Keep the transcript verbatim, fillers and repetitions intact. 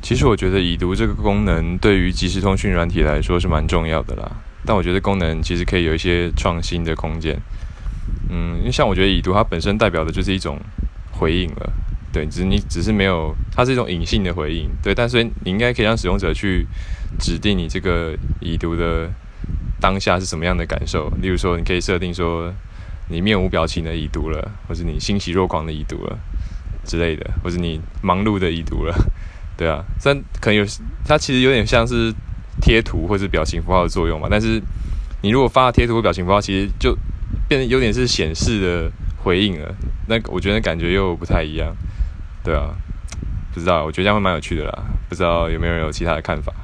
其实我觉得已读这个功能对于即时通讯软体来说是蛮重要的啦，但我觉得功能其实可以有一些创新的空间。嗯，因为像我觉得已读它本身代表的就是一种回应了，对，只是你只是没有，它是一种隐性的回应，对，但所以你应该可以让使用者去指定你这个已读的当下是什么样的感受，例如说你可以设定说你面无表情的已读了，或是你欣喜若狂的已读了之类的，或是你忙碌的已读了。对啊，但可能有它其实有点像是贴图或是表情符号的作用嘛。但是你如果发贴图或表情符号，其实就变得有点是显示的回应了。那我觉得感觉又不太一样。对啊，不知道，我觉得这样会蛮有趣的啦。不知道有没有人有其他的看法？